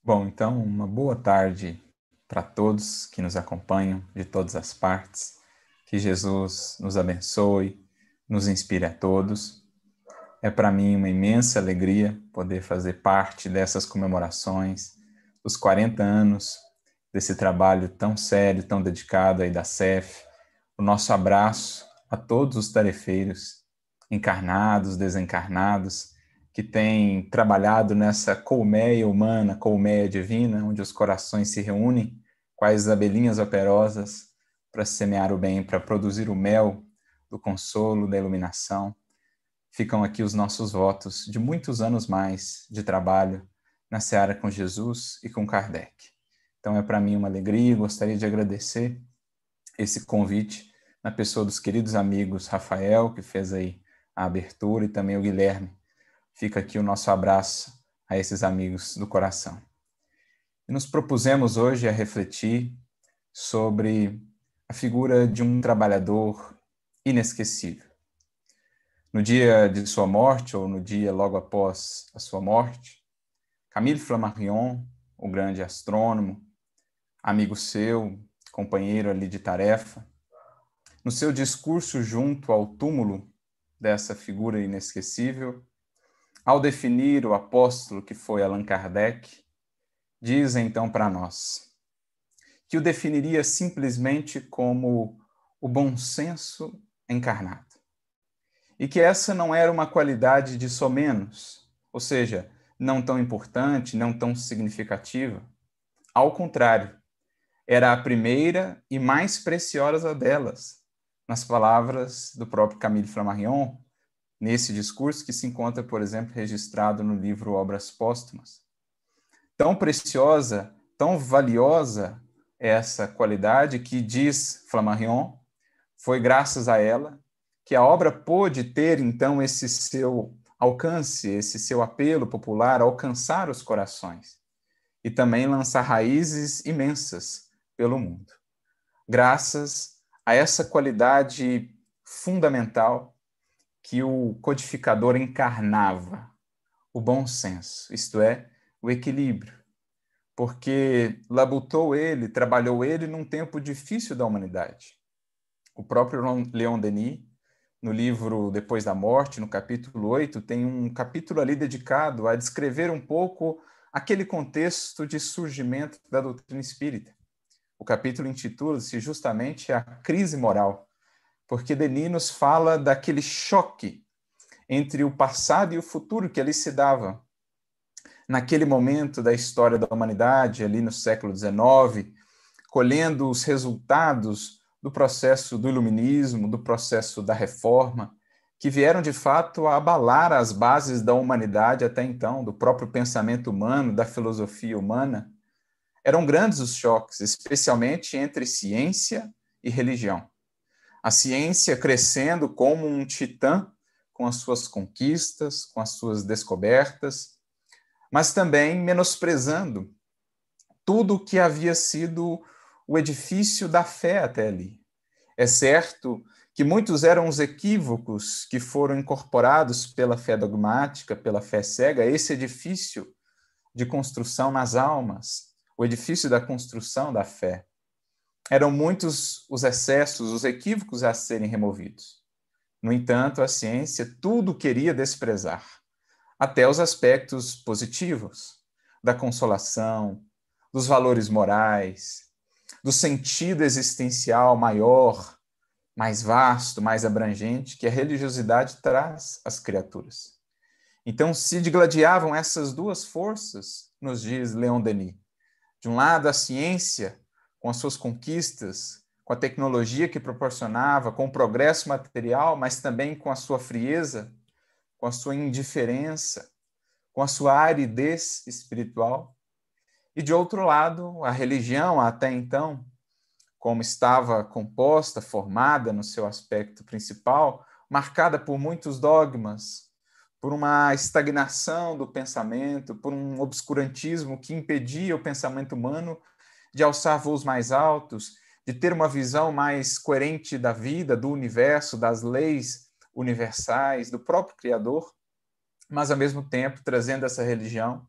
Bom, então, uma boa tarde para todos que nos acompanham de todas as partes. Que Jesus nos abençoe, nos inspire a todos. É para mim uma imensa alegria poder fazer parte dessas comemorações, dos 40 anos desse trabalho tão sério, tão dedicado aí da CEF. O nosso abraço a todos os tarefeiros, encarnados, desencarnados, que têm trabalhado nessa colmeia humana, colmeia divina, onde os corações se reúnem, quais abelhinhas operosas, para semear o bem, para produzir o mel do consolo, da iluminação. Ficam aqui os nossos votos de muitos anos mais de trabalho na seara com Jesus e com Kardec. Então é para mim uma alegria e gostaria de agradecer esse convite na pessoa dos queridos amigos Rafael, que fez aí a abertura, e também o Guilherme. Fica aqui o nosso abraço a esses amigos do coração. E nos propusemos hoje a refletir sobre a figura de um trabalhador inesquecível. No dia de sua morte, ou no dia logo após a sua morte, Camille Flammarion, o grande astrônomo, amigo seu, companheiro ali de tarefa, no seu discurso junto ao túmulo dessa figura inesquecível, ao definir o apóstolo que foi Allan Kardec, diz então para nós que o definiria simplesmente como o bom senso encarnado. E que essa não era uma qualidade de somenos, ou seja, não tão importante, não tão significativa. Ao contrário, era a primeira e mais preciosa delas, nas palavras do próprio Camille Flammarion, nesse discurso que se encontra, por exemplo, registrado no livro Obras Póstumas. Tão preciosa, tão valiosa é essa qualidade que, diz Flammarion, foi graças a ela que a obra pôde ter, então, esse seu alcance, esse seu apelo popular, alcançar os corações e também lançar raízes imensas pelo mundo. Graças a essa qualidade fundamental que o codificador encarnava, o bom senso, isto é, o equilíbrio, porque labutou ele, trabalhou ele num tempo difícil da humanidade. O próprio Leon Denis, no livro Depois da Morte, no capítulo 8, tem um capítulo ali dedicado a descrever um pouco aquele contexto de surgimento da doutrina espírita. O capítulo intitula-se justamente A Crise Moral, porque Denis nos fala daquele choque entre o passado e o futuro que ali se dava. Naquele momento da história da humanidade, ali no século XIX, colhendo os resultados do processo do iluminismo, do processo da reforma, que vieram de fato a abalar as bases da humanidade até então, do próprio pensamento humano, da filosofia humana. Eram grandes os choques, especialmente entre ciência e religião. A ciência crescendo como um titã, com as suas conquistas, com as suas descobertas, mas também menosprezando tudo o que havia sido o edifício da fé até ali. É certo que muitos eram os equívocos que foram incorporados pela fé dogmática, pela fé cega, esse edifício de construção nas almas, o edifício da construção da fé. Eram muitos os excessos, os equívocos a serem removidos. No entanto, a ciência tudo queria desprezar, até os aspectos positivos da consolação, dos valores morais, do sentido existencial maior, mais vasto, mais abrangente que a religiosidade traz às criaturas. Então se digladiavam essas duas forças, nos diz Leon Denis. De um lado, a ciência, com as suas conquistas, com a tecnologia que proporcionava, com o progresso material, mas também com a sua frieza, com a sua indiferença, com a sua aridez espiritual. E, de outro lado, a religião, até então, como estava composta, formada no seu aspecto principal, marcada por muitos dogmas, por uma estagnação do pensamento, por um obscurantismo que impedia o pensamento humano de alçar voos mais altos, de ter uma visão mais coerente da vida, do universo, das leis universais, do próprio Criador, mas, ao mesmo tempo, trazendo essa religião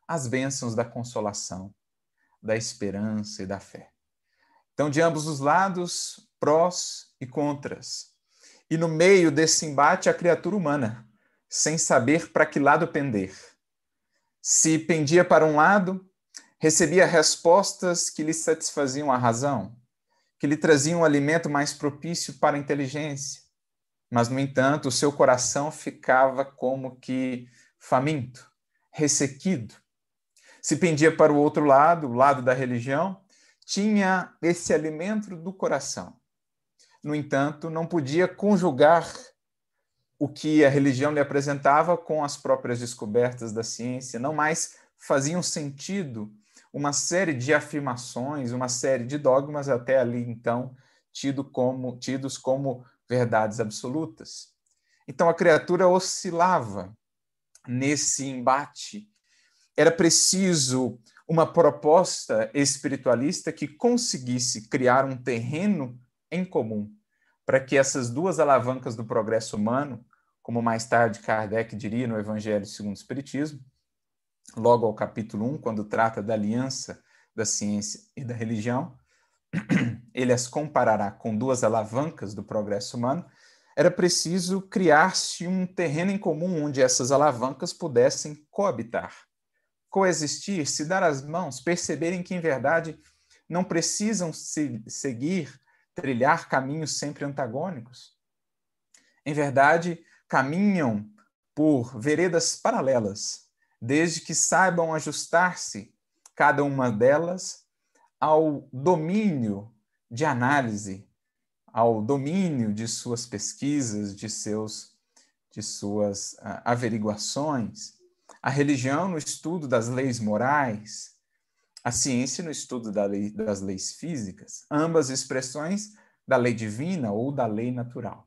as bênçãos da consolação, da esperança e da fé. Então, de ambos os lados, prós e contras. E no meio desse embate, a criatura humana, sem saber para que lado pender. Se pendia para um lado, recebia respostas que lhe satisfaziam a razão, que lhe traziam um alimento mais propício para a inteligência. Mas, no entanto, o seu coração ficava como que faminto, ressequido. Se pendia para o outro lado, o lado da religião, tinha esse alimento do coração. No entanto, não podia conjugar o que a religião lhe apresentava com as próprias descobertas da ciência, não mais faziam sentido uma série de afirmações, uma série de dogmas até ali então tidos como verdades absolutas. Então a criatura oscilava nesse embate. Era preciso uma proposta espiritualista que conseguisse criar um terreno em comum para que essas duas alavancas do progresso humano, como mais tarde Kardec diria no Evangelho segundo o Espiritismo, logo ao capítulo 1, quando trata da aliança da ciência e da religião, ele as comparará com duas alavancas do progresso humano. Era preciso criar-se um terreno em comum onde essas alavancas pudessem coabitar, coexistir, se dar as mãos, perceberem que, em verdade, não precisam trilhar caminhos sempre antagônicos. Em verdade, caminham por veredas paralelas, desde que saibam ajustar-se, cada uma delas, ao domínio de análise, ao domínio de suas pesquisas, de suas averiguações. A religião no estudo das leis morais, a ciência no estudo das leis físicas, ambas expressões da lei divina ou da lei natural.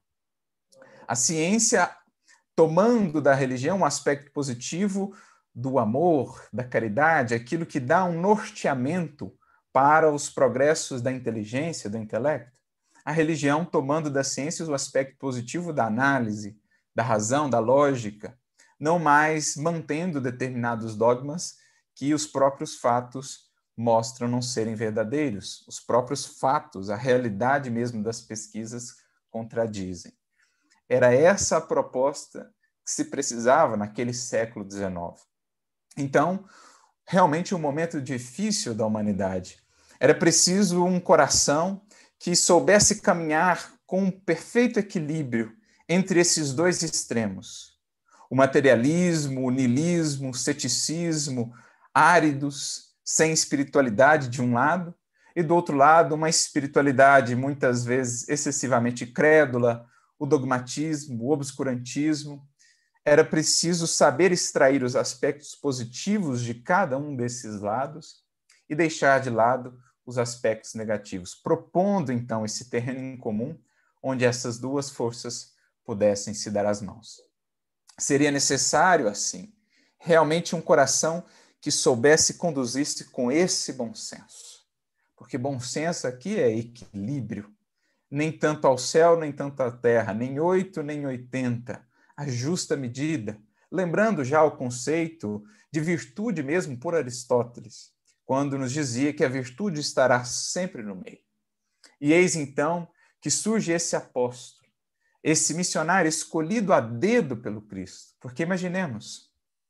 A ciência tomando da religião um aspecto positivo do amor, da caridade, aquilo que dá um norteamento para os progressos da inteligência, do intelecto. A religião tomando da ciência o aspecto positivo da análise, da razão, da lógica, não mais mantendo determinados dogmas que os próprios fatos mostram não serem verdadeiros. Os próprios fatos, a realidade mesmo das pesquisas contradizem. Era essa a proposta que se precisava naquele século XIX. Então, realmente um momento difícil da humanidade. Era preciso um coração que soubesse caminhar com um perfeito equilíbrio entre esses dois extremos. O materialismo, o niilismo, o ceticismo, áridos, sem espiritualidade de um lado, e do outro lado, uma espiritualidade muitas vezes excessivamente crédula, o dogmatismo, o obscurantismo. Era preciso saber extrair os aspectos positivos de cada um desses lados e deixar de lado os aspectos negativos, propondo então esse terreno em comum onde essas duas forças pudessem se dar as mãos. Seria necessário, assim, realmente um coração que soubesse conduzir-se com esse bom senso. Porque bom senso aqui é equilíbrio. Nem tanto ao céu, nem tanto à terra, nem 8, nem 80. A justa medida. Lembrando já o conceito de virtude mesmo por Aristóteles, quando nos dizia que a virtude estará sempre no meio. E eis então que surge esse apóstolo, esse missionário escolhido a dedo pelo Cristo. Porque imaginemos,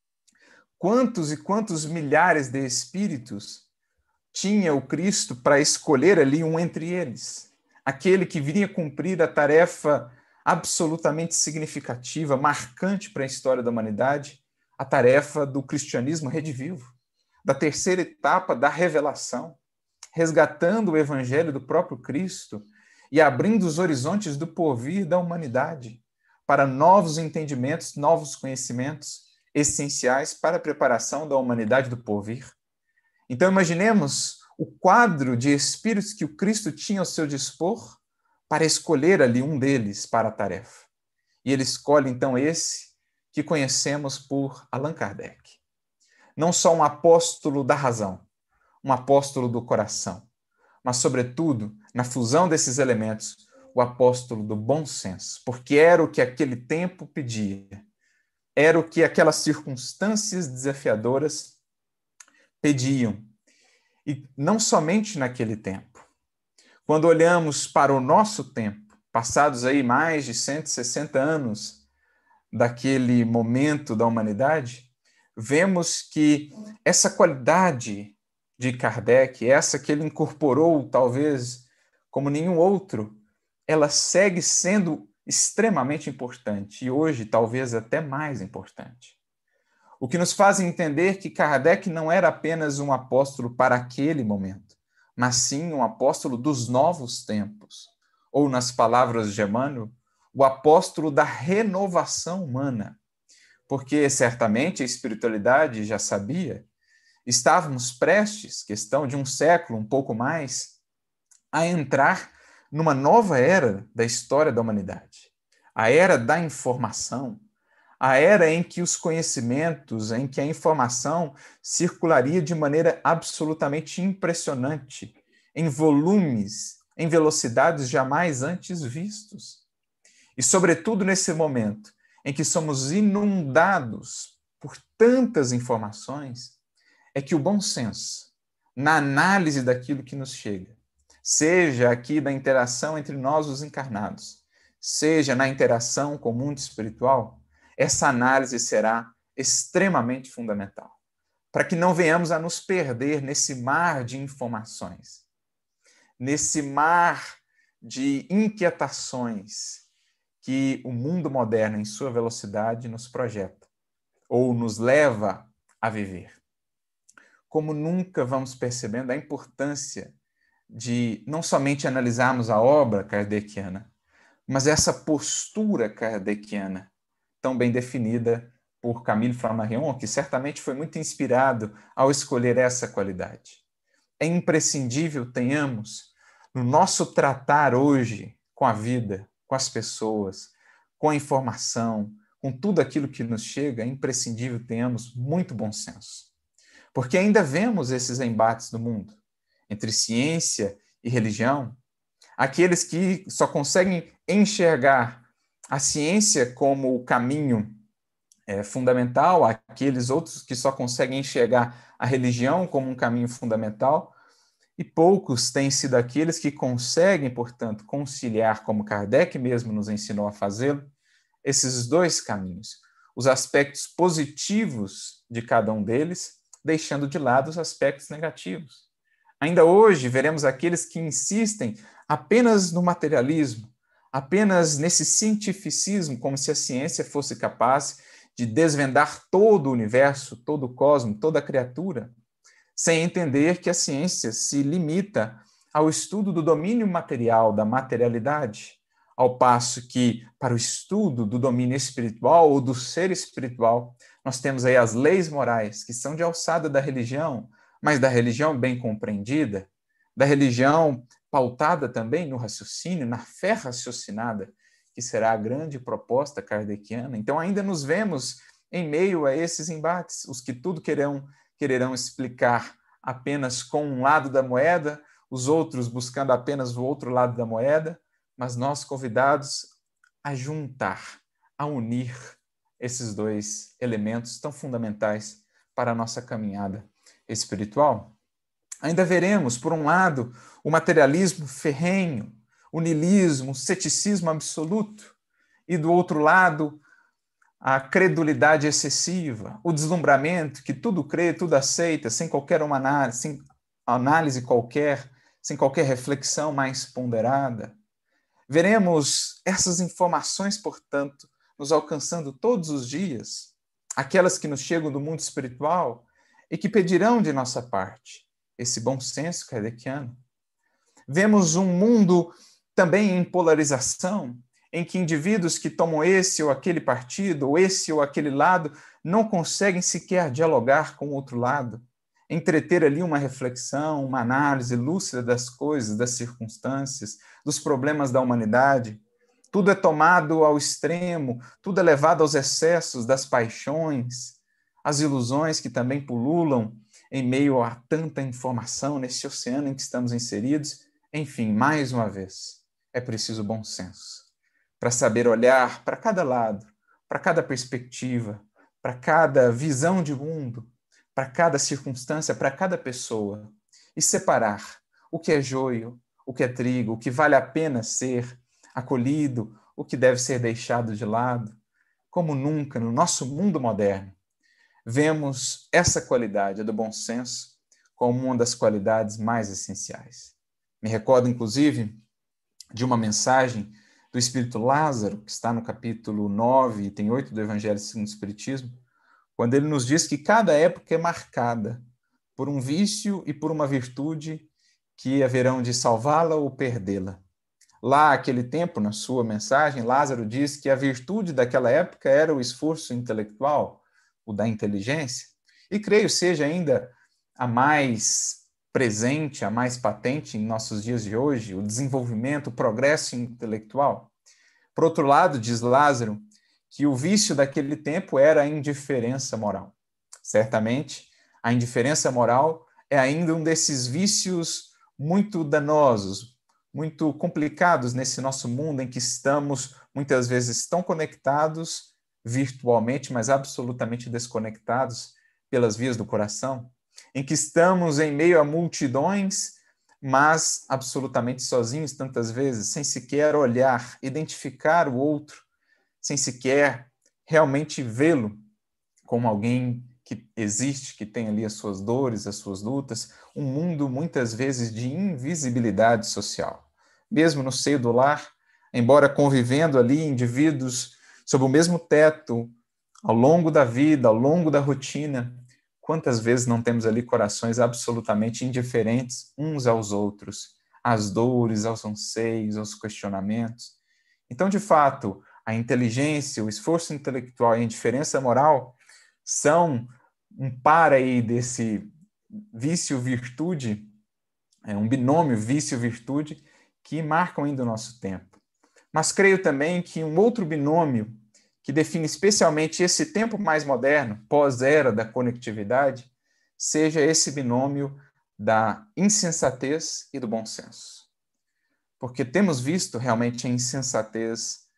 quantos e quantos milhares de espíritos tinha o Cristo para escolher ali um entre eles, aquele que viria cumprir a tarefa absolutamente significativa, marcante para a história da humanidade, a tarefa do cristianismo redivivo, da terceira etapa da revelação, resgatando o evangelho do próprio Cristo e abrindo os horizontes do porvir da humanidade para novos entendimentos, novos conhecimentos essenciais para a preparação da humanidade do porvir. Então, imaginemos o quadro de espíritos que o Cristo tinha ao seu dispor para escolher ali um deles para a tarefa. E ele escolhe, então, esse que conhecemos por Allan Kardec. Não só um apóstolo da razão, um apóstolo do coração, mas, sobretudo, na fusão desses elementos, o apóstolo do bom senso, porque era o que aquele tempo pedia, era o que aquelas circunstâncias desafiadoras pediam. E não somente naquele tempo. Quando olhamos para o nosso tempo, passados aí mais de 160 anos daquele momento da humanidade, vemos que essa qualidade de Kardec, essa que ele incorporou talvez como nenhum outro, ela segue sendo extremamente importante e hoje talvez até mais importante. O que nos faz entender que Kardec não era apenas um apóstolo para aquele momento, mas sim um apóstolo dos novos tempos, ou nas palavras de Emmanuel, o apóstolo da renovação humana. Porque certamente a espiritualidade já sabia, estávamos prestes, questão de um século, um pouco mais, a entrar numa nova era da história da humanidade. A era da informação, a era em que os conhecimentos, em que a informação circularia de maneira absolutamente impressionante, em volumes, em velocidades jamais antes vistos. E, sobretudo, nesse momento em que somos inundados por tantas informações, é que o bom senso, na análise daquilo que nos chega, seja aqui da interação entre nós, os encarnados, seja na interação com o mundo espiritual, essa análise será extremamente fundamental, para que não venhamos a nos perder nesse mar de informações, nesse mar de inquietações que o mundo moderno, em sua velocidade, nos projeta ou nos leva a viver. Como nunca vamos percebendo a importância de não somente analisarmos a obra kardeciana, mas essa postura kardeciana, tão bem definida por Camille Flammarion, que certamente foi muito inspirado ao escolher essa qualidade. É imprescindível tenhamos, no nosso tratar hoje com a vida, com as pessoas, com a informação, com tudo aquilo que nos chega, é imprescindível tenhamos muito bom senso. Porque ainda vemos esses embates no mundo, entre ciência e religião, aqueles que só conseguem enxergar a ciência como o caminho fundamental, aqueles outros que só conseguem enxergar a religião como um caminho fundamental, e poucos têm sido aqueles que conseguem, portanto, conciliar, como Kardec mesmo nos ensinou a fazê-lo, esses dois caminhos, os aspectos positivos de cada um deles, deixando de lado os aspectos negativos. Ainda hoje veremos aqueles que insistem apenas no materialismo, apenas nesse cientificismo, como se a ciência fosse capaz de desvendar todo o universo, todo o cosmos, toda a criatura, sem entender que a ciência se limita ao estudo do domínio material, da materialidade, ao passo que, para o estudo do domínio espiritual ou do ser espiritual, nós temos aí as leis morais, que são de alçada da religião, mas da religião bem compreendida, da religião pautada também no raciocínio, na fé raciocinada, que será a grande proposta kardeciana. Então, ainda nos vemos em meio a esses embates, os que tudo quererão explicar apenas com um lado da moeda, os outros buscando apenas o outro lado da moeda, mas nós convidados a juntar, a unir esses dois elementos tão fundamentais para a nossa caminhada espiritual. Ainda veremos, por um lado, o materialismo ferrenho, o niilismo, o ceticismo absoluto, e do outro lado, a credulidade excessiva, o deslumbramento, que tudo crê, tudo aceita, sem qualquer uma análise, sem análise qualquer, sem qualquer reflexão mais ponderada. Veremos essas informações, portanto, nos alcançando todos os dias, aquelas que nos chegam do mundo espiritual e que pedirão de nossa parte esse bom senso kardeciano. Vemos um mundo também em polarização, em que indivíduos que tomam esse ou aquele partido, ou esse ou aquele lado, não conseguem sequer dialogar com o outro lado, entreter ali uma reflexão, uma análise lúcida das coisas, das circunstâncias, dos problemas da humanidade. Tudo é tomado ao extremo, tudo é levado aos excessos das paixões, as ilusões que também pululam em meio a tanta informação nesse oceano em que estamos inseridos. Enfim, mais uma vez, é preciso bom senso para saber olhar para cada lado, para cada perspectiva, para cada visão de mundo, para cada circunstância, para cada pessoa, e separar o que é joio, o que é trigo, o que vale a pena ser acolhido, o que deve ser deixado de lado. Como nunca no nosso mundo moderno, vemos essa qualidade do bom senso como uma das qualidades mais essenciais. Me recordo, inclusive, de uma mensagem do Espírito Lázaro, que está no capítulo 9, item 8 do Evangelho segundo o Espiritismo, quando ele nos diz que cada época é marcada por um vício e por uma virtude que haverão de salvá-la ou perdê-la. Lá, aquele tempo, na sua mensagem, Lázaro diz que a virtude daquela época era o esforço intelectual, o da inteligência, e creio seja ainda a mais presente, a mais patente em nossos dias de hoje, o desenvolvimento, o progresso intelectual. Por outro lado, diz Lázaro, que o vício daquele tempo era a indiferença moral. Certamente, a indiferença moral é ainda um desses vícios muito danosos, muito complicados nesse nosso mundo em que estamos muitas vezes tão conectados virtualmente, mas absolutamente desconectados pelas vias do coração, em que estamos em meio a multidões, mas absolutamente sozinhos tantas vezes, sem sequer olhar, identificar o outro, sem sequer realmente vê-lo como alguém que existe, que tem ali as suas dores, as suas lutas, um mundo muitas vezes de invisibilidade social. Mesmo no seio do lar, embora convivendo ali indivíduos sob o mesmo teto, ao longo da vida, ao longo da rotina, quantas vezes não temos ali corações absolutamente indiferentes uns aos outros, às dores, aos anseios, aos questionamentos. Então, de fato, a inteligência, o esforço intelectual e a indiferença moral são um par aí desse vício-virtude, um binômio vício-virtude que marcam ainda o nosso tempo. Mas creio também que um outro binômio que define especialmente esse tempo mais moderno, pós-era da conectividade, seja esse binômio da insensatez e do bom senso. Porque temos visto realmente a insensatez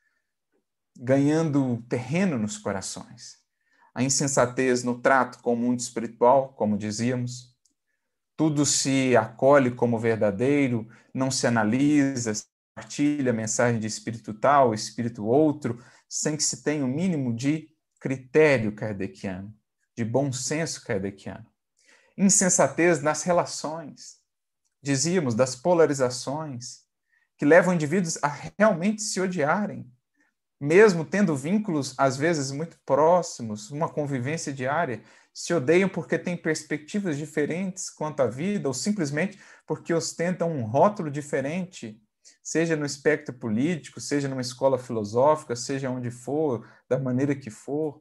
ganhando terreno nos corações. A insensatez no trato com o mundo espiritual, como dizíamos. Tudo se acolhe como verdadeiro, não se analisa, se partilha a mensagem de espírito tal, espírito outro, sem que se tenha o mínimo de critério kardeciano, de bom senso kardeciano. Insensatez nas relações, dizíamos, das polarizações, que levam indivíduos a realmente se odiarem, mesmo tendo vínculos, às vezes, muito próximos, uma convivência diária, se odeiam porque têm perspectivas diferentes quanto à vida, ou simplesmente porque ostentam um rótulo diferente, seja no espectro político, seja numa escola filosófica, seja onde for, da maneira que for.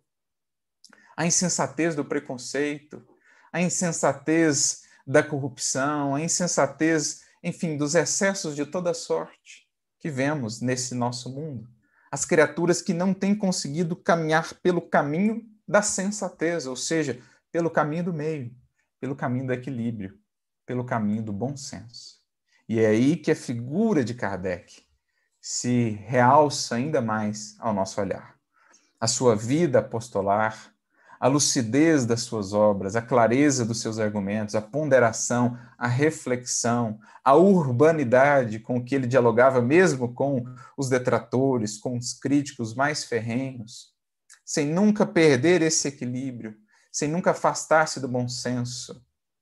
A insensatez do preconceito, a insensatez da corrupção, a insensatez, enfim, dos excessos de toda sorte que vemos nesse nosso mundo. As criaturas que não têm conseguido caminhar pelo caminho da sensatez, ou seja, pelo caminho do meio, pelo caminho do equilíbrio, pelo caminho do bom senso. E é aí que a figura de Kardec se realça ainda mais ao nosso olhar. A sua vida apostolar, a lucidez das suas obras, a clareza dos seus argumentos, a ponderação, a reflexão, a urbanidade com que ele dialogava mesmo com os detratores, com os críticos mais ferrenhos, sem nunca perder esse equilíbrio, sem nunca afastar-se do bom senso.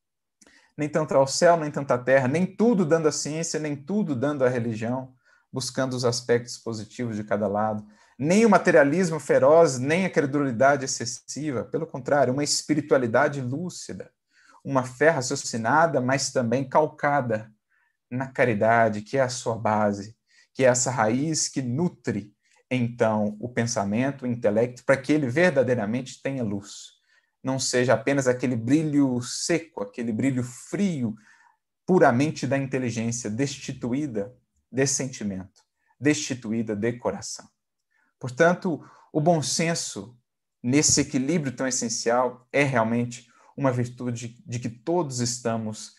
Nem tanto ao céu, nem tanto à terra, nem tudo dando à ciência, nem tudo dando à religião, buscando os aspectos positivos de cada lado, nem o materialismo feroz, nem a credulidade excessiva, pelo contrário, uma espiritualidade lúcida, uma fé raciocinada, mas também calcada na caridade, que é a sua base, que é essa raiz que nutre, então, o pensamento, o intelecto, para que ele verdadeiramente tenha luz. Não seja apenas aquele brilho seco, aquele brilho frio, puramente da inteligência, destituída de sentimento, destituída de coração. Portanto, o bom senso, nesse equilíbrio tão essencial, é realmente uma virtude de que todos estamos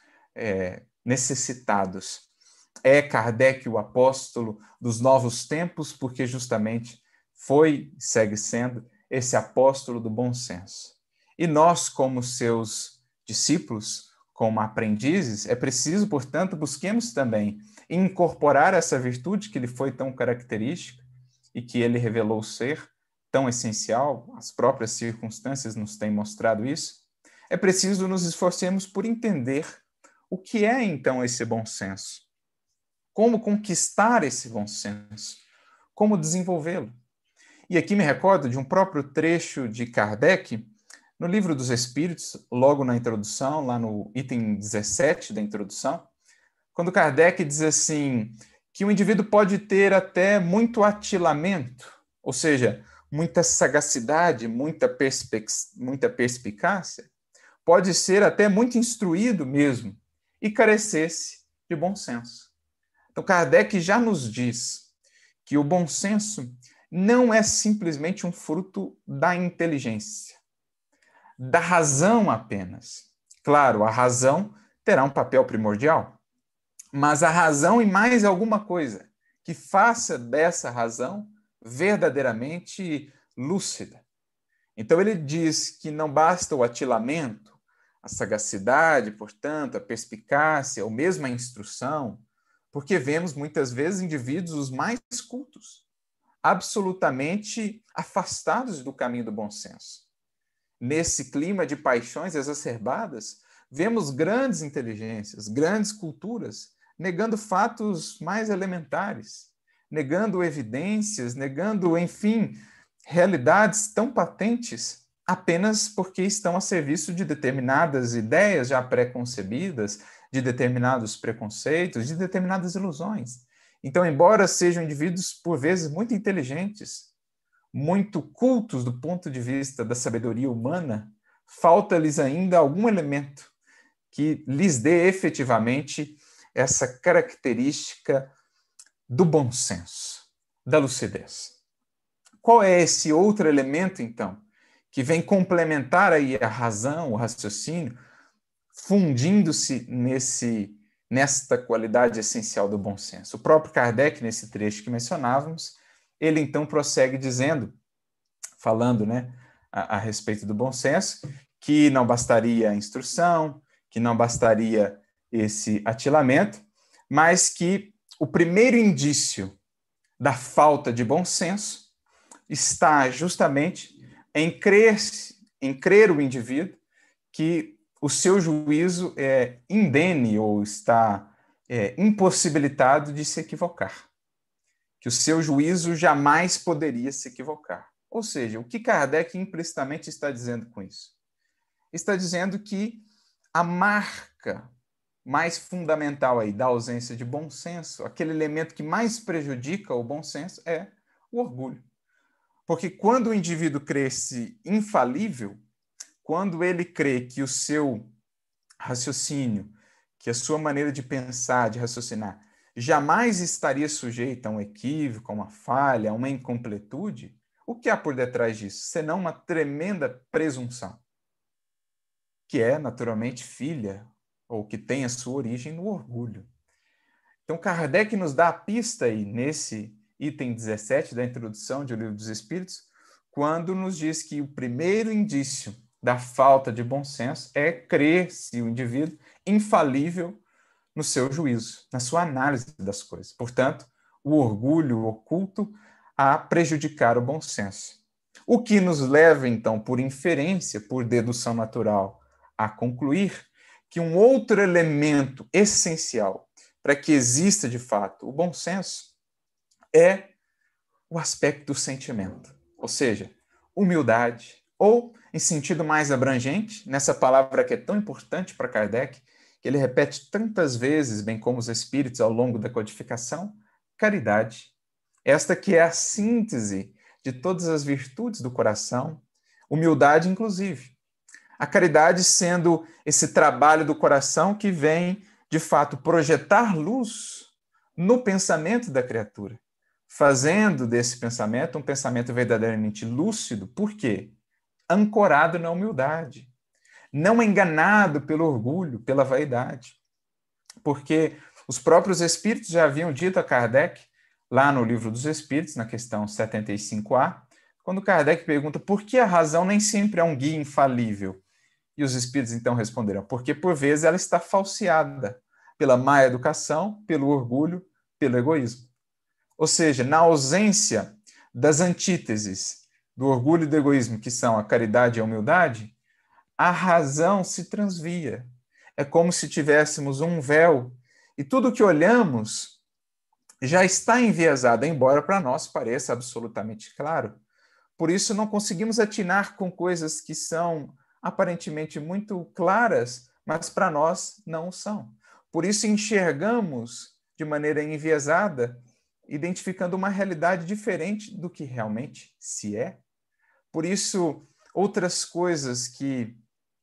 necessitados. É Kardec o apóstolo dos novos tempos, porque justamente foi, segue sendo, esse apóstolo do bom senso. E nós, como seus discípulos, como aprendizes, é preciso, portanto, busquemos também incorporar essa virtude que lhe foi tão característica e que ele revelou ser tão essencial, as próprias circunstâncias nos têm mostrado isso. É preciso nos esforcemos por entender o que é, então, esse bom senso. Como conquistar esse bom senso? Como desenvolvê-lo? E aqui me recordo de um próprio trecho de Kardec, no Livro dos Espíritos, logo na introdução, lá no item 17 da introdução, quando Kardec diz assim, que o indivíduo pode ter até muito atilamento, ou seja, muita sagacidade, muita perspicácia, pode ser até muito instruído mesmo, e carecer-se de bom senso. Então, Kardec já nos diz que o bom senso não é simplesmente um fruto da inteligência, da razão apenas. Claro, a razão terá um papel primordial, mas a razão e mais alguma coisa que faça dessa razão verdadeiramente lúcida. Então ele diz que não basta o atilamento, a sagacidade, portanto, a perspicácia, ou mesmo a instrução, porque vemos muitas vezes indivíduos os mais cultos, absolutamente afastados do caminho do bom senso. Nesse clima de paixões exacerbadas, vemos grandes inteligências, grandes culturas, negando fatos mais elementares, negando evidências, negando, enfim, realidades tão patentes apenas porque estão a serviço de determinadas ideias já pré-concebidas, de determinados preconceitos, de determinadas ilusões. Então, embora sejam indivíduos, por vezes, muito inteligentes, muito cultos do ponto de vista da sabedoria humana, falta-lhes ainda algum elemento que lhes dê efetivamente essa característica do bom senso, da lucidez. Qual é esse outro elemento, então, que vem complementar aí a razão, o raciocínio, fundindo-se nesta qualidade essencial do bom senso? O próprio Kardec, nesse trecho que mencionávamos, ele então prossegue dizendo, falando, né, a respeito do bom senso, que não bastaria a instrução, que não bastaria esse atilamento, mas que o primeiro indício da falta de bom senso está justamente em crer o indivíduo que o seu juízo é indene ou está impossibilitado de se equivocar, que o seu juízo jamais poderia se equivocar. Ou seja, o que Kardec implicitamente está dizendo com isso? Está dizendo que a marca mais fundamental aí da ausência de bom senso, aquele elemento que mais prejudica o bom senso é o orgulho. Porque quando o indivíduo crê-se infalível, quando ele crê que o seu raciocínio, que a sua maneira de pensar, de raciocinar, jamais estaria sujeita a um equívoco, a uma falha, a uma incompletude, o que há por detrás disso? Senão uma tremenda presunção, que é naturalmente filha, ou que tem a sua origem no orgulho. Então, Kardec nos dá a pista aí, nesse item 17 da introdução do Livro dos Espíritos, quando nos diz que o primeiro indício da falta de bom senso é crer-se o indivíduo infalível no seu juízo, na sua análise das coisas. Portanto, o orgulho oculto a prejudicar o bom senso. O que nos leva, então, por inferência, por dedução natural, a concluir que um outro elemento essencial para que exista, de fato, o bom senso é o aspecto do sentimento, ou seja, humildade, ou, em sentido mais abrangente, nessa palavra que é tão importante para Kardec, que ele repete tantas vezes, bem como os espíritos ao longo da codificação, caridade. Esta que é a síntese de todas as virtudes do coração, humildade inclusive. A caridade sendo esse trabalho do coração que vem, de fato, projetar luz no pensamento da criatura, fazendo desse pensamento um pensamento verdadeiramente lúcido. Por quê? Ancorado na humildade, não enganado pelo orgulho, pela vaidade. Porque os próprios espíritos já haviam dito a Kardec, lá no Livro dos Espíritos, na questão 75A, quando Kardec pergunta por que a razão nem sempre é um guia infalível. E os espíritos então responderam, porque por vezes ela está falseada pela má educação, pelo orgulho, pelo egoísmo. Ou seja, na ausência das antíteses do orgulho e do egoísmo, que são a caridade e a humildade, a razão se transvia. É como se tivéssemos um véu e tudo que olhamos já está enviesado, embora para nós pareça absolutamente claro. Por isso, não conseguimos atinar com coisas que são aparentemente muito claras, mas para nós não são. Por isso, enxergamos de maneira enviesada, identificando uma realidade diferente do que realmente se é. Por isso, outras coisas que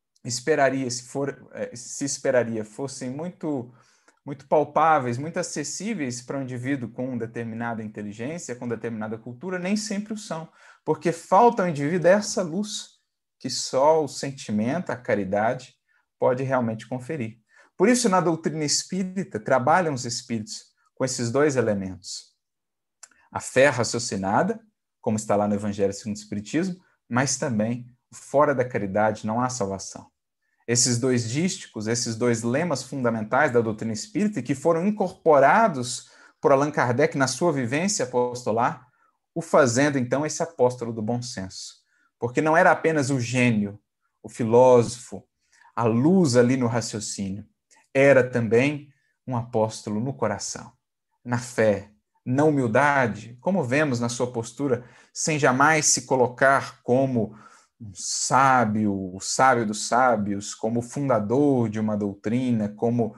se esperaria fossem muito palpáveis, muito acessíveis para um indivíduo com determinada inteligência, com determinada cultura, nem sempre o são, porque falta ao indivíduo essa luz que só o sentimento, a caridade, pode realmente conferir. Por isso, na doutrina espírita, trabalham os espíritos com esses dois elementos. A fé raciocinada, como está lá no Evangelho segundo o Espiritismo, mas também, fora da caridade, não há salvação. Esses dois dísticos, esses dois lemas fundamentais da doutrina espírita, que foram incorporados por Allan Kardec na sua vivência apostolar, o fazendo, então, esse apóstolo do bom senso. Porque não era apenas o gênio, o filósofo, a luz ali no raciocínio. Era também um apóstolo no coração, na fé, na humildade, como vemos na sua postura, sem jamais se colocar como um sábio, o sábio dos sábios, como o fundador de uma doutrina, como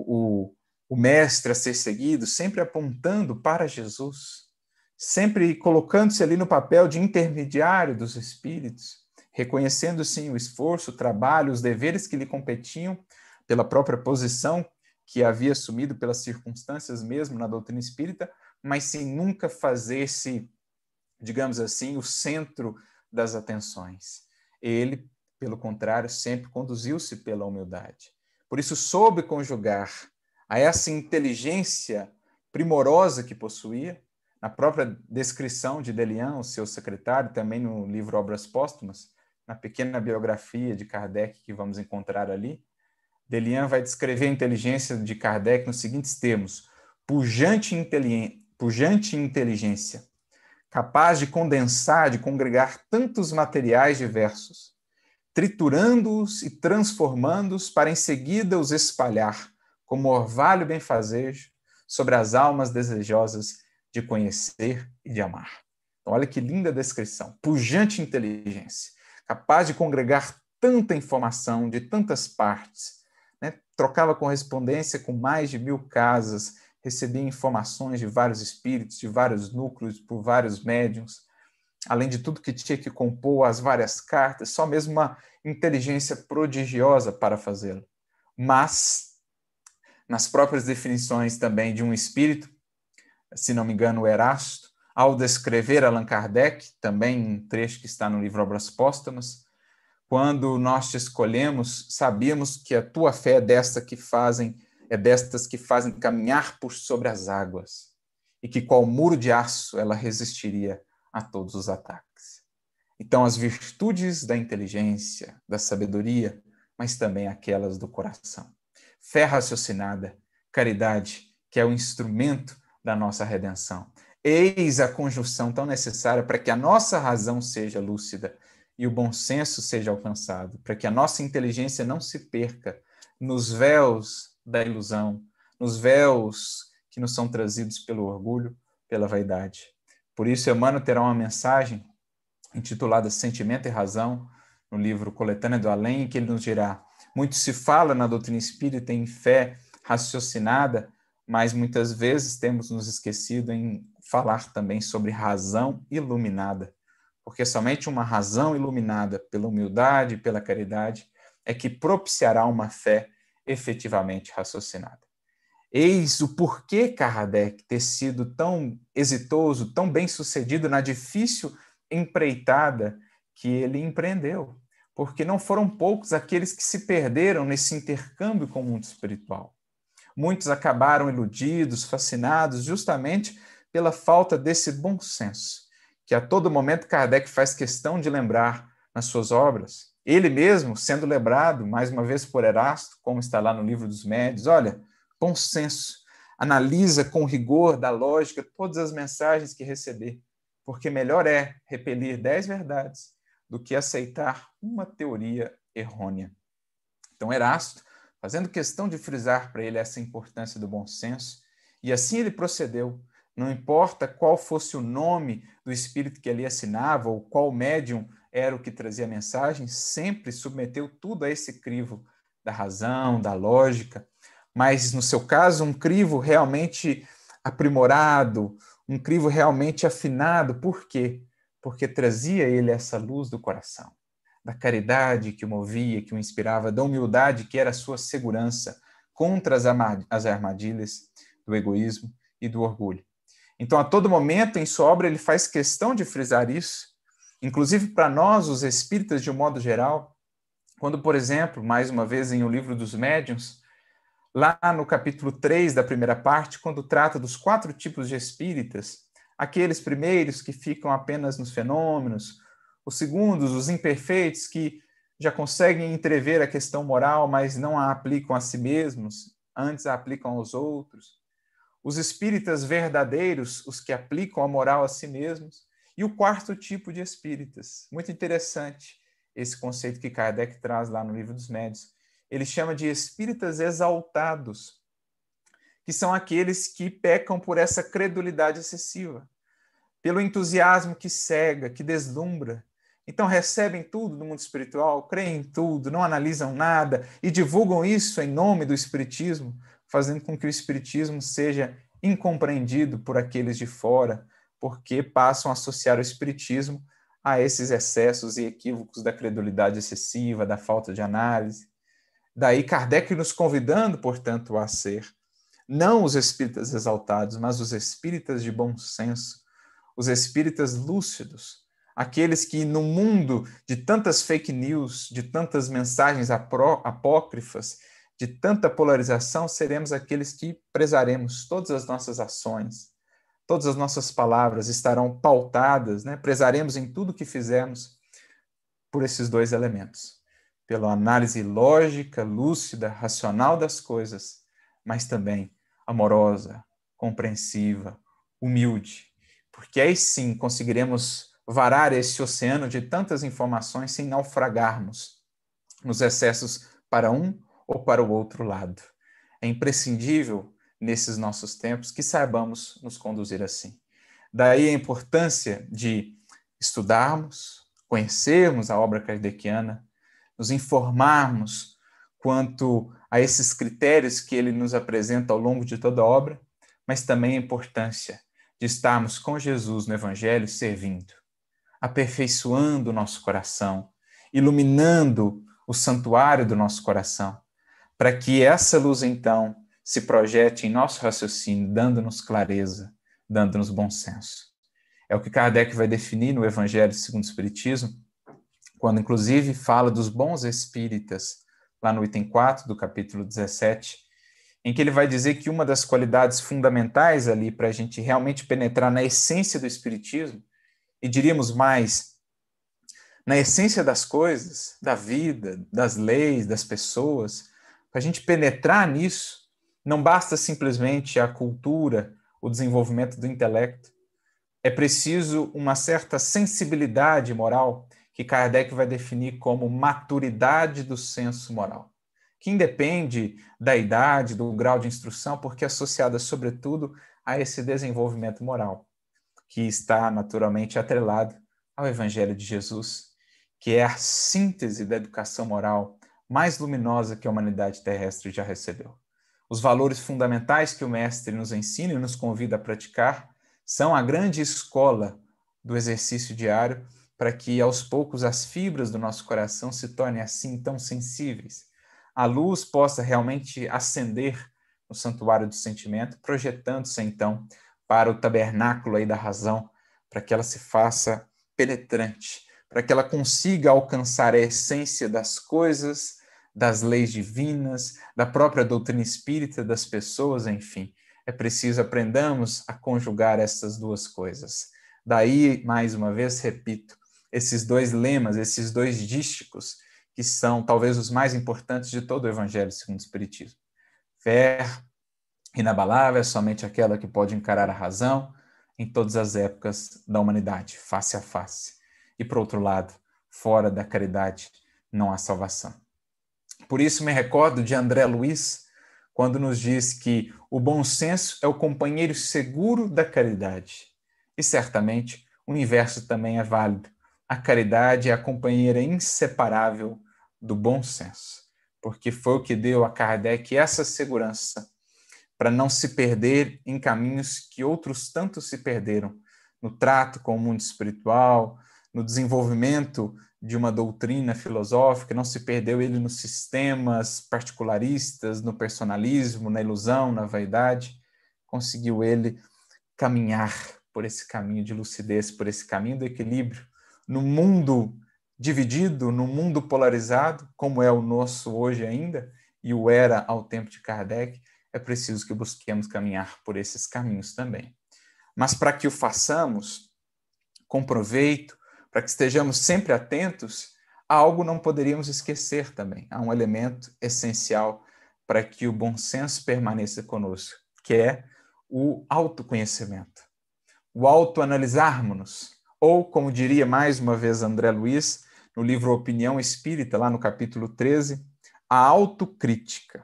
o mestre a ser seguido, sempre apontando para Jesus, sempre colocando-se ali no papel de intermediário dos espíritos, reconhecendo sim o esforço, o trabalho, os deveres que lhe competiam pela própria posição que havia assumido pelas circunstâncias mesmo na doutrina espírita, mas sem nunca fazer-se, digamos assim, o centro das atenções. Ele, pelo contrário, sempre conduziu-se pela humildade. Por isso, soube conjugar a essa inteligência primorosa que possuía, na própria descrição de Delian, o seu secretário, também no livro Obras Póstumas, na pequena biografia de Kardec que vamos encontrar ali, Delian vai descrever a inteligência de Kardec nos seguintes termos: pujante inteligência, capaz de condensar, de congregar tantos materiais diversos, triturando-os e transformando-os para em seguida os espalhar como orvalho benfazejo sobre as almas desejosas de conhecer e de amar. Então, olha que linda descrição. Pujante inteligência, capaz de congregar tanta informação de tantas partes, né? Trocava correspondência com mais de 1000 casas, recebia informações de vários espíritos, de vários núcleos, por vários médiuns, além de tudo que tinha que compor as várias cartas, só mesmo uma inteligência prodigiosa para fazê-lo. Mas, nas próprias definições também de um espírito, se não me engano, o Erasto, ao descrever Allan Kardec, também um trecho que está no livro Obras Póstumas, quando nós te escolhemos, sabíamos que a tua fé é destas que fazem caminhar por sobre as águas, e que qual muro de aço ela resistiria a todos os ataques. Então, as virtudes da inteligência, da sabedoria, mas também aquelas do coração. Fé raciocinada, caridade, que é o instrumento da nossa redenção. Eis a conjunção tão necessária para que a nossa razão seja lúcida e o bom senso seja alcançado, para que a nossa inteligência não se perca nos véus da ilusão, nos véus que nos são trazidos pelo orgulho, pela vaidade. Por isso, Emmanuel terá uma mensagem intitulada Sentimento e Razão, no livro Coletânea do Além, em que ele nos dirá: muito se fala na doutrina espírita em fé raciocinada, mas muitas vezes temos nos esquecido em falar também sobre razão iluminada, porque somente uma razão iluminada pela humildade e pela caridade é que propiciará uma fé efetivamente raciocinada. Eis o porquê Kardec ter sido tão exitoso, tão bem-sucedido na difícil empreitada que ele empreendeu, porque não foram poucos aqueles que se perderam nesse intercâmbio com o mundo espiritual. Muitos acabaram iludidos, fascinados, justamente pela falta desse bom senso, que a todo momento Kardec faz questão de lembrar nas suas obras. Ele mesmo, sendo lembrado, mais uma vez por Erasto, como está lá no Livro dos Médiuns, olha, bom senso, analisa com rigor da lógica todas as mensagens que receber, porque melhor é repelir 10 verdades do que aceitar uma teoria errônea. Então, Erasto, fazendo questão de frisar para ele essa importância do bom senso, e assim ele procedeu, não importa qual fosse o nome do espírito que ali assinava ou qual médium era o que trazia a mensagem, sempre submeteu tudo a esse crivo da razão, da lógica, mas no seu caso um crivo realmente aprimorado, um crivo realmente afinado. Por quê? Porque trazia ele essa luz do coração, da caridade que o movia, que o inspirava, da humildade que era a sua segurança contra as armadilhas do egoísmo e do orgulho. Então, a todo momento em sua obra, ele faz questão de frisar isso, inclusive para nós, os espíritas, de um modo geral, quando, por exemplo, mais uma vez em O Livro dos Médiuns, lá no capítulo 3 da primeira parte, quando trata dos 4 tipos de espíritas, aqueles primeiros que ficam apenas nos fenômenos, os segundos, os imperfeitos, que já conseguem entrever a questão moral, mas não a aplicam a si mesmos, antes a aplicam aos outros, os espíritas verdadeiros, os que aplicam a moral a si mesmos, e o 4º tipo de espíritas. Muito interessante esse conceito que Kardec traz lá no Livro dos Médiuns. Ele chama de espíritas exaltados, que são aqueles que pecam por essa credulidade excessiva, pelo entusiasmo que cega, que deslumbra. Então recebem tudo do mundo espiritual, creem em tudo, não analisam nada e divulgam isso em nome do espiritismo, fazendo com que o espiritismo seja incompreendido por aqueles de fora, porque passam a associar o espiritismo a esses excessos e equívocos da credulidade excessiva, da falta de análise. Daí Kardec nos convidando, portanto, a ser não os espíritas exaltados, mas os espíritas de bom senso, os espíritas lúcidos, aqueles que no mundo de tantas fake news, de tantas mensagens apócrifas, de tanta polarização, seremos aqueles que prezaremos todas as nossas ações, todas as nossas palavras estarão pautadas, né? Prezaremos em tudo que fizermos por esses 2 elementos, pela análise lógica, lúcida, racional das coisas, mas também amorosa, compreensiva, humilde, porque aí sim conseguiremos varar esse oceano de tantas informações sem naufragarmos nos excessos para um ou para o outro lado. É imprescindível, nesses nossos tempos, que saibamos nos conduzir assim. Daí a importância de estudarmos, conhecermos a obra kardeciana, nos informarmos quanto a esses critérios que ele nos apresenta ao longo de toda a obra, mas também a importância de estarmos com Jesus no Evangelho servindo, aperfeiçoando o nosso coração, iluminando o santuário do nosso coração, para que essa luz, então, se projete em nosso raciocínio, dando-nos clareza, dando-nos bom senso. É o que Kardec vai definir no Evangelho segundo o Espiritismo, quando inclusive fala dos bons espíritas, lá no item 4 do capítulo 17, em que ele vai dizer que uma das qualidades fundamentais ali para a gente realmente penetrar na essência do Espiritismo, e diríamos mais, na essência das coisas, da vida, das leis, das pessoas, para a gente penetrar nisso, não basta simplesmente a cultura, o desenvolvimento do intelecto. É preciso uma certa sensibilidade moral, que Kardec vai definir como maturidade do senso moral, que independe da idade, do grau de instrução, porque é associada, sobretudo, a esse desenvolvimento moral, que está naturalmente atrelado ao Evangelho de Jesus, que é a síntese da educação moral mais luminosa que a humanidade terrestre já recebeu. Os valores fundamentais que o Mestre nos ensina e nos convida a praticar são a grande escola do exercício diário para que, aos poucos, as fibras do nosso coração se tornem assim tão sensíveis. A luz possa realmente ascender no santuário do sentimento, projetando-se, então, para o tabernáculo aí da razão, para que ela se faça penetrante, para que ela consiga alcançar a essência das coisas, das leis divinas, da própria doutrina espírita, das pessoas, enfim. É preciso aprendamos a conjugar essas 2 coisas, Daí, mais uma vez, repito, esses dois lemas, esses dois dísticos, que são talvez os mais importantes de todo o Evangelho segundo o Espiritismo. Fé inabalável é somente aquela que pode encarar a razão em todas as épocas da humanidade, face a face. E, por outro lado, fora da caridade não há salvação. Por isso me recordo de André Luiz, quando nos diz que o bom senso é o companheiro seguro da caridade. E certamente o inverso também é válido. A caridade é a companheira inseparável do bom senso, porque foi o que deu a Kardec essa segurança para não se perder em caminhos que outros tantos se perderam, no trato com o mundo espiritual, no desenvolvimento de uma doutrina filosófica, não se perdeu ele nos sistemas particularistas, no personalismo, na ilusão, na vaidade, conseguiu ele caminhar por esse caminho de lucidez, por esse caminho do equilíbrio, no mundo dividido, no mundo polarizado, como é o nosso hoje ainda, e o era ao tempo de Kardec, é preciso que busquemos caminhar por esses caminhos também. Mas para que o façamos com proveito, para que estejamos sempre atentos, algo não poderíamos esquecer também. Há um elemento essencial para que o bom senso permaneça conosco, que é o autoconhecimento, o autoanalisarmos-nos, ou, como diria mais uma vez André Luiz, no livro Opinião Espírita, lá no capítulo 13, a autocrítica.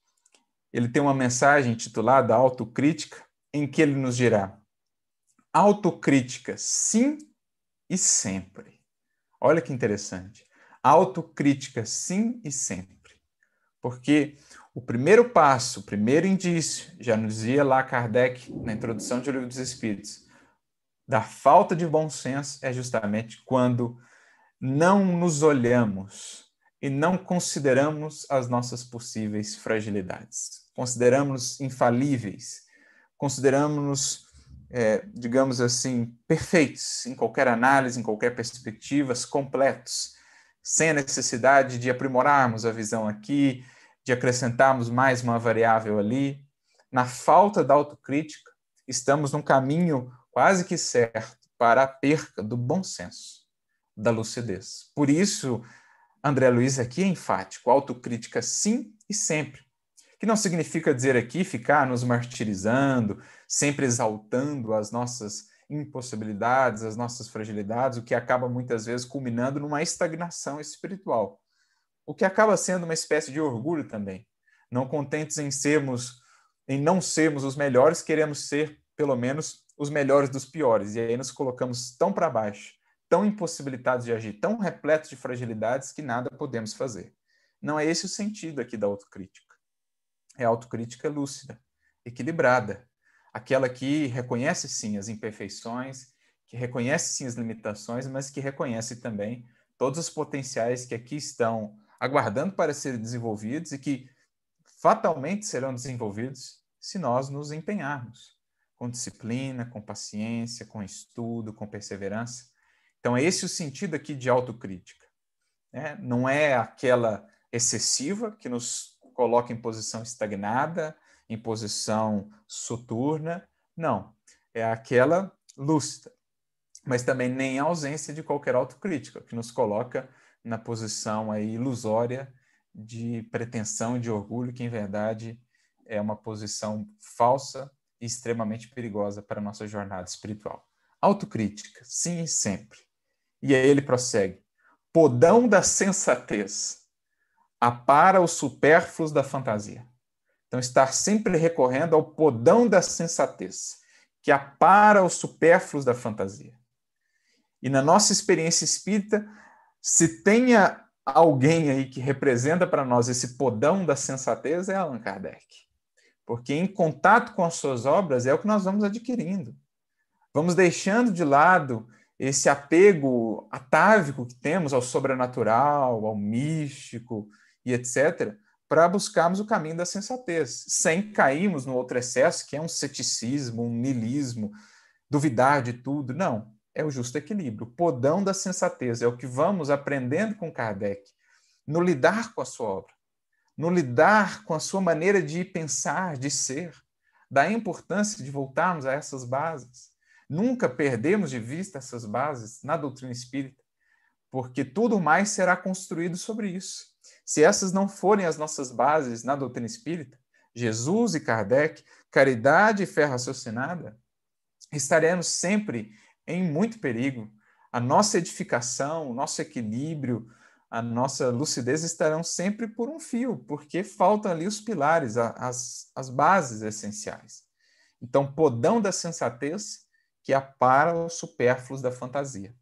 Ele tem uma mensagem intitulada Autocrítica, em que ele nos dirá: autocrítica, sim e sempre. Olha que interessante. Autocrítica, sim e sempre. Porque o primeiro passo, o primeiro indício, já nos dizia lá Kardec, na introdução do Livro dos Espíritos, da falta de bom senso é justamente quando não nos olhamos e não consideramos as nossas possíveis fragilidades. Consideramos-nos infalíveis, consideramos-nos, digamos assim, perfeitos em qualquer análise, em qualquer perspectiva, completos, sem a necessidade de aprimorarmos a visão aqui, de acrescentarmos mais uma variável ali. Na falta da autocrítica, estamos num caminho quase que certo para a perca do bom senso, da lucidez. Por isso, André Luiz aqui é enfático, autocrítica sim e sempre. Que não significa dizer aqui ficar nos martirizando, sempre exaltando as nossas impossibilidades, as nossas fragilidades, o que acaba muitas vezes culminando numa estagnação espiritual. O que acaba sendo uma espécie de orgulho também. Não contentes em não sermos os melhores, queremos ser, pelo menos, os melhores dos piores. E aí nos colocamos tão para baixo, tão impossibilitados de agir, tão repletos de fragilidades que nada podemos fazer. Não é esse o sentido aqui da autocrítica. É a autocrítica lúcida, equilibrada, aquela que reconhece sim as imperfeições, que reconhece sim as limitações, mas que reconhece também todos os potenciais que aqui estão aguardando para serem desenvolvidos e que fatalmente serão desenvolvidos se nós nos empenharmos com disciplina, com paciência, com estudo, com perseverança. Então, é esse o sentido aqui de autocrítica. Não é aquela excessiva que nos coloca em posição estagnada, em posição soturna. Não, é aquela lúcida, mas também nem a ausência de qualquer autocrítica, que nos coloca na posição aí ilusória de pretensão e de orgulho, que em verdade é uma posição falsa e extremamente perigosa para a nossa jornada espiritual. Autocrítica, sim e sempre. E aí ele prossegue: podão da sensatez apara os supérfluos da fantasia. Então, estar sempre recorrendo ao podão da sensatez, que apara os supérfluos da fantasia. E na nossa experiência espírita, se tenha alguém aí que representa para nós esse podão da sensatez, é Allan Kardec. Porque em contato com as suas obras é o que nós vamos adquirindo. Vamos deixando de lado esse apego atávico que temos ao sobrenatural, ao místico e etc., para buscarmos o caminho da sensatez, sem cairmos no outro excesso, que é um ceticismo, um niilismo, duvidar de tudo. Não, é o justo equilíbrio. O podão da sensatez é o que vamos aprendendo com Kardec, no lidar com a sua obra, no lidar com a sua maneira de pensar, de ser, da importância de voltarmos a essas bases, Nunca perdemos de vista essas bases na doutrina espírita, porque tudo mais será construído sobre isso. Se essas não forem as nossas bases na doutrina espírita, Jesus e Kardec, caridade e fé raciocinada, estaremos sempre em muito perigo. A nossa edificação, o nosso equilíbrio, a nossa lucidez estarão sempre por um fio, porque faltam ali os pilares, as bases essenciais. Então, podão da sensatez que apara os supérfluos da fantasia.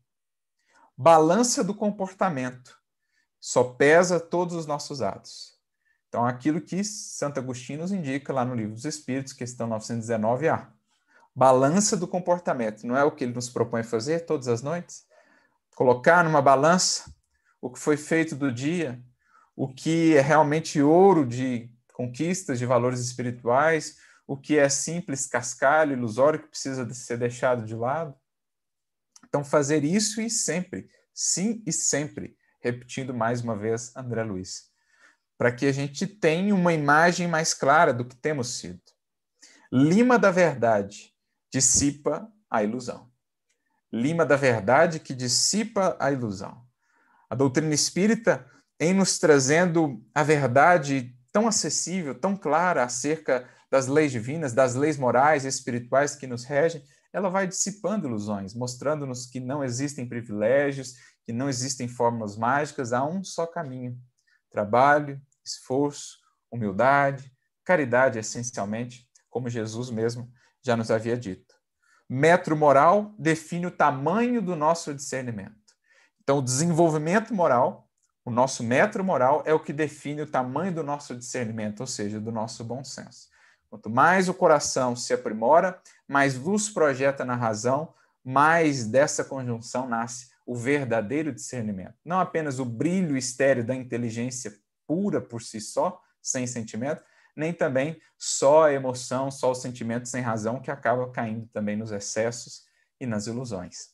Balança do comportamento, só pesa todos os nossos atos. Então, aquilo que Santo Agostinho nos indica lá no Livro dos Espíritos, questão 919A. Balança do comportamento, não é o que ele nos propõe fazer todas as noites? Colocar numa balança o que foi feito do dia, o que é realmente ouro de conquistas, de valores espirituais, o que é simples cascalho, ilusório, que precisa ser deixado de lado. Então, fazer isso e sempre, sim e sempre, repetindo mais uma vez André Luiz, para que a gente tenha uma imagem mais clara do que temos sido. Lima da verdade dissipa a ilusão. Lima da verdade que dissipa a ilusão. A doutrina espírita, em nos trazendo a verdade tão acessível, tão clara acerca das leis divinas, das leis morais e espirituais que nos regem, ela vai dissipando ilusões, mostrando-nos que não existem privilégios, que não existem fórmulas mágicas, há um só caminho: trabalho, esforço, humildade, caridade, essencialmente, como Jesus mesmo já nos havia dito. Metro moral define o tamanho do nosso discernimento. Então, o desenvolvimento moral, o nosso metro moral, é o que define o tamanho do nosso discernimento, ou seja, do nosso bom senso. Quanto mais o coração se aprimora, mais luz projeta na razão, mais dessa conjunção nasce o verdadeiro discernimento. Não apenas o brilho estéril da inteligência pura por si só, sem sentimento, nem também só a emoção, só o sentimento sem razão, que acaba caindo também nos excessos e nas ilusões.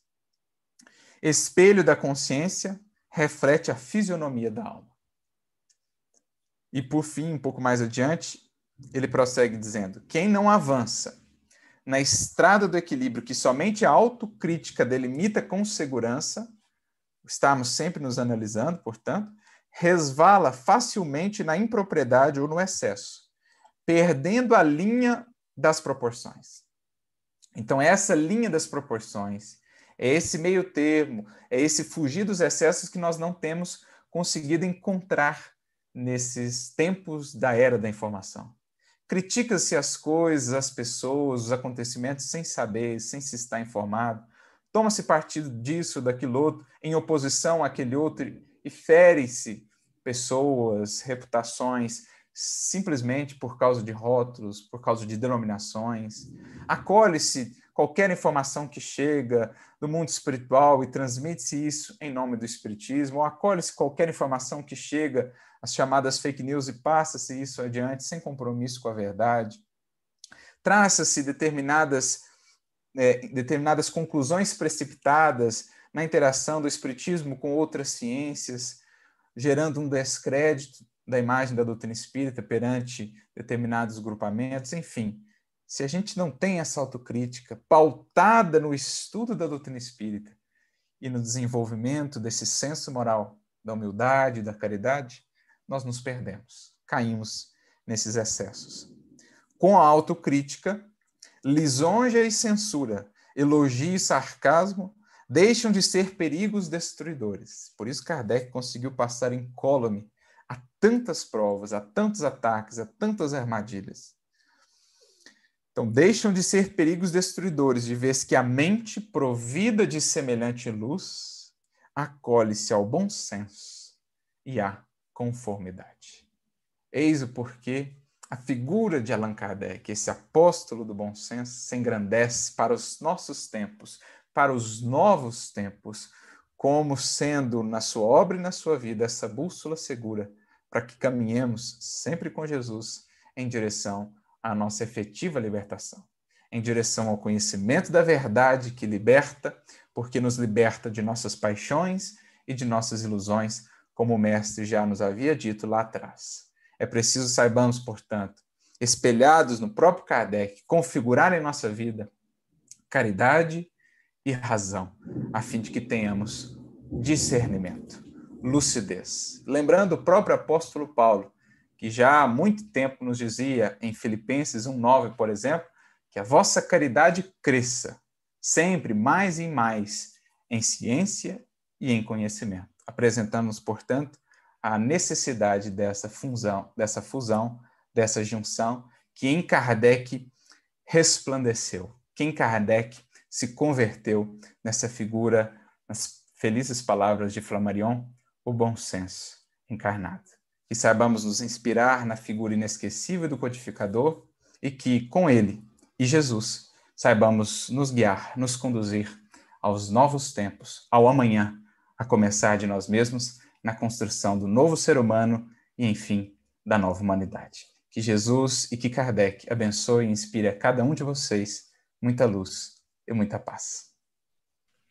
Espelho da consciência reflete a fisionomia da alma. E por fim, um pouco mais adiante, ele prossegue dizendo: quem não avança na estrada do equilíbrio que somente a autocrítica delimita com segurança, estamos sempre nos analisando, portanto, resvala facilmente na impropriedade ou no excesso, perdendo a linha das proporções. Então, essa linha das proporções, é esse meio termo, é esse fugir dos excessos que nós não temos conseguido encontrar nesses tempos da era da informação. Critica-se as coisas, as pessoas, os acontecimentos sem saber, sem se estar informado. Toma-se partido disso, daquilo outro, em oposição àquele outro, e fere-se pessoas, reputações, simplesmente por causa de rótulos, por causa de denominações. Acolhe-se qualquer informação que chega do mundo espiritual e transmite-se isso em nome do espiritismo, ou acolhe-se qualquer informação que chega, as chamadas fake news, e passa-se isso adiante sem compromisso com a verdade. Traça-se determinadas conclusões precipitadas na interação do espiritismo com outras ciências, gerando um descrédito da imagem da doutrina espírita perante determinados grupamentos, enfim. Se a gente não tem essa autocrítica pautada no estudo da doutrina espírita e no desenvolvimento desse senso moral da humildade e da caridade, nós nos perdemos, caímos nesses excessos. Com a autocrítica, lisonja e censura, elogio e sarcasmo deixam de ser perigos destruidores. Por isso Kardec conseguiu passar incólume a tantas provas, a tantos ataques, a tantas armadilhas. Então, deixam de ser perigos destruidores, de vez que a mente, provida de semelhante luz, acolhe-se ao bom senso e à conformidade. Eis o porquê a figura de Allan Kardec, esse apóstolo do bom senso, se engrandece para os nossos tempos, para os novos tempos, como sendo na sua obra e na sua vida essa bússola segura para que caminhemos sempre com Jesus em direção à nossa efetiva libertação, em direção ao conhecimento da verdade que liberta, porque nos liberta de nossas paixões e de nossas ilusões, como o Mestre já nos havia dito lá atrás. É preciso saibamos, portanto, espelhados no próprio Kardec, configurar em nossa vida caridade e razão, a fim de que tenhamos discernimento, lucidez. Lembrando o próprio apóstolo Paulo, que já há muito tempo nos dizia em Filipenses 1:9, por exemplo, que a vossa caridade cresça, sempre mais e mais, em ciência e em conhecimento. Apresentamos, portanto, a necessidade dessa fusão, dessa junção, que em Kardec resplandeceu, que em Kardec se converteu nessa figura, nas felizes palavras de Flammarion, o bom senso encarnado. Que saibamos nos inspirar na figura inesquecível do codificador e que, com ele e Jesus, saibamos nos guiar, nos conduzir aos novos tempos, ao amanhã, a começar de nós mesmos, na construção do novo ser humano e, enfim, da nova humanidade. Que Jesus e que Kardec abençoe e inspire a cada um de vocês muita luz e muita paz.